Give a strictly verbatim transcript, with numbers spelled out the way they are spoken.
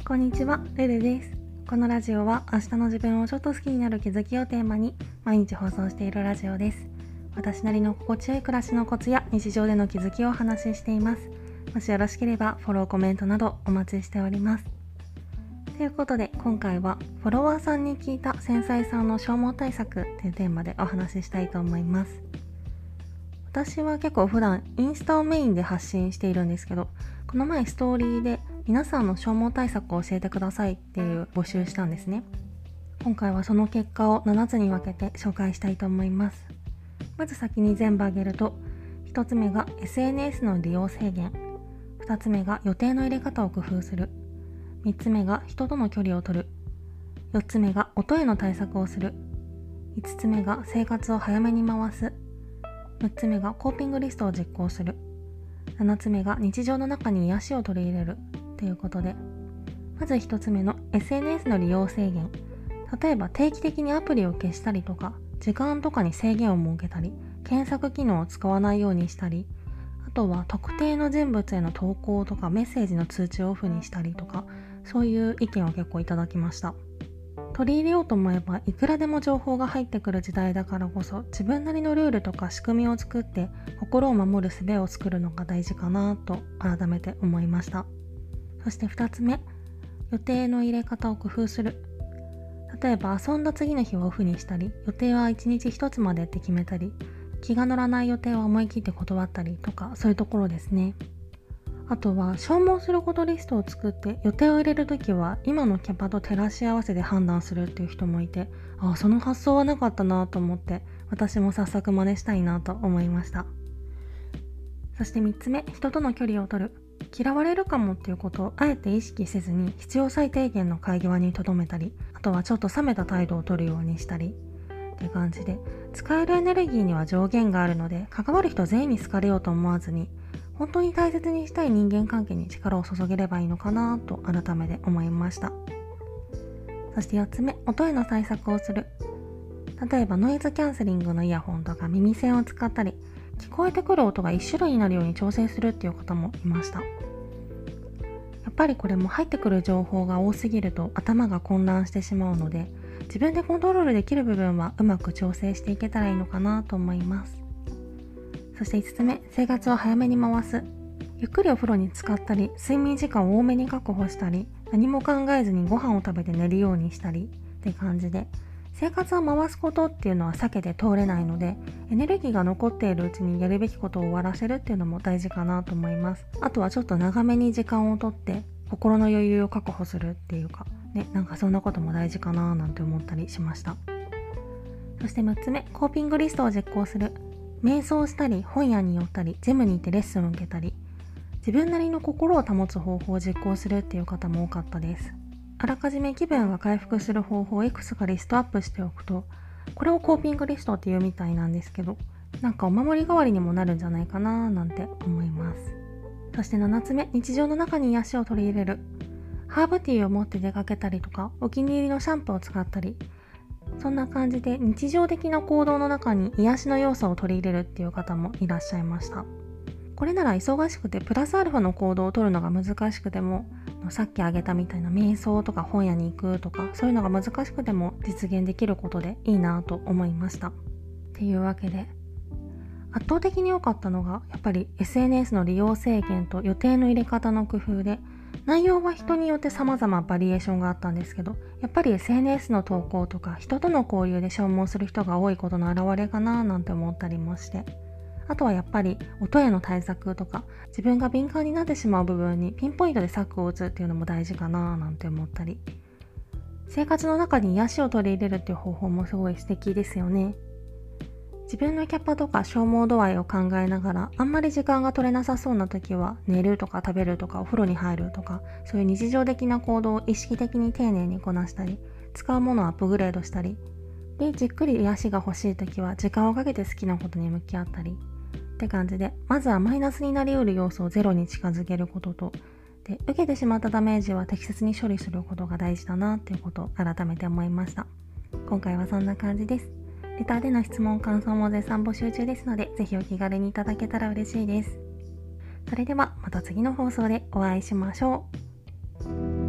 こんにちは、ルルです。このラジオは明日の自分をちょっと好きになる気づきをテーマに毎日放送しているラジオです。私なりの心地よい暮らしのコツや日常での気づきをお話ししています。もしよろしければフォロー、コメントなどお待ちしております。ということで今回はフォロワーさんに聞いた繊細さんの消耗対策というテーマでお話ししたいと思います。私は結構普段インスタをメインで発信しているんですけど、この前ストーリーで皆さんの消耗対策を教えてくださいっていう募集したんですね。今回はその結果をななつに分けて紹介したいと思います。まず先に全部挙げると、ひとつめが エスエヌエス の利用制限、ふたつめが予定の入れ方を工夫する、みっつめが人との距離を取る、よっつめが音への対策をする、いつつめが生活を早めに回す、むっつめがコーピングリストを実行する、ななつめが日常の中に癒しを取り入れるということで、まずひとつめの エスエヌエス の利用制限。例えば定期的にアプリを消したりとか、時間とかに制限を設けたり、検索機能を使わないようにしたり、あとは特定の人物への投稿とかメッセージの通知をオフにしたりとか、そういう意見を結構いただきました。取り入れようと思えばいくらでも情報が入ってくる時代だからこそ、自分なりのルールとか仕組みを作って心を守る術を作るのが大事かなと改めて思いました。そしてふたつめ、予定の入れ方を工夫する。例えば遊んだ次の日をオフにしたり、予定はいちにちひとつまでって決めたり、気が乗らない予定は思い切って断ったりとか、そういうところですね。あとは消耗することリストを作って予定を入れるときは今のキャパと照らし合わせで判断するっていう人もいて、あ、その発想はなかったなと思って、私も早速真似したいなと思いました。そしてみっつめ、人との距離を取る。嫌われるかもっていうことをあえて意識せずに必要最低限の会話に留めたり、あとはちょっと冷めた態度を取るようにしたりっていう感じで、使えるエネルギーには上限があるので、関わる人全員に好かれようと思わずに、本当に大切にしたい人間関係に力を注げればいいのかなと改めて思いました。そしてよっつめ、音への対策をする。例えばノイズキャンセリングのイヤホンとか耳栓を使ったり、聞こえてくる音が一種類になるように調整するっていう方もいました。やっぱりこれも入ってくる情報が多すぎると頭が混乱してしまうので、自分でコントロールできる部分はうまく調整していけたらいいのかなと思います。そしていつつめ、生活を早めに回す。ゆっくりお風呂に浸かったり、睡眠時間を多めに確保したり、何も考えずにご飯を食べて寝るようにしたりって感じで、生活を回すことっていうのは避けて通れないので、エネルギーが残っているうちにやるべきことを終わらせるっていうのも大事かなと思います。あとはちょっと長めに時間をとって心の余裕を確保するっていうかね、なんかそんなことも大事かななんて思ったりしました。そしてむっつめ、コーピングリストを実行する。瞑想したり、本屋に寄ったり、ジムに行ってレッスンを受けたり、自分なりの心を保つ方法を実行するっていう方も多かったです。あらかじめ気分が回復する方法をいくつかリストアップしておくと、これをコーピングリストっていうみたいなんですけど、なんかお守り代わりにもなるんじゃないかななんて思います。そしてななつめ、日常の中に癒しを取り入れる。ハーブティーを持って出かけたりとか、お気に入りのシャンプーを使ったり、そんな感じで日常的な行動の中に癒しの要素を取り入れるっていう方もいらっしゃいました。これなら忙しくてプラスアルファの行動を取るのが難しくても、さっき挙げたみたいな瞑想とか本屋に行くとか、そういうのが難しくても実現できることでいいなと思いました。っていうわけで、圧倒的に多かったのがやっぱり エスエヌエス の利用制限と予定の入れ方の工夫で、内容は人によって様々バリエーションがあったんですけど、やっぱり エスエヌエス の投稿とか人との交流で消耗する人が多いことの表れかななんて思ったりもして、あとはやっぱり音への対策とか、自分が敏感になってしまう部分にピンポイントで策を打つっていうのも大事かななんて思ったり、生活の中に癒しを取り入れるっていう方法もすごい素敵ですよね。自分のキャパとか消耗度合いを考えながら、あんまり時間が取れなさそうな時は寝るとか食べるとかお風呂に入るとか、そういう日常的な行動を意識的に丁寧にこなしたり、使うものをアップグレードしたり、でじっくり癒しが欲しい時は時間をかけて好きなことに向き合ったりって感じで、まずはマイナスになりうる要素をゼロに近づけることと、で受けてしまったダメージは適切に処理することが大事だなっていうことを改めて思いました。今回はそんな感じです。レターでの質問感想も絶賛募集中ですので、ぜひお気軽にいただけたら嬉しいです。それではまた次の放送でお会いしましょう。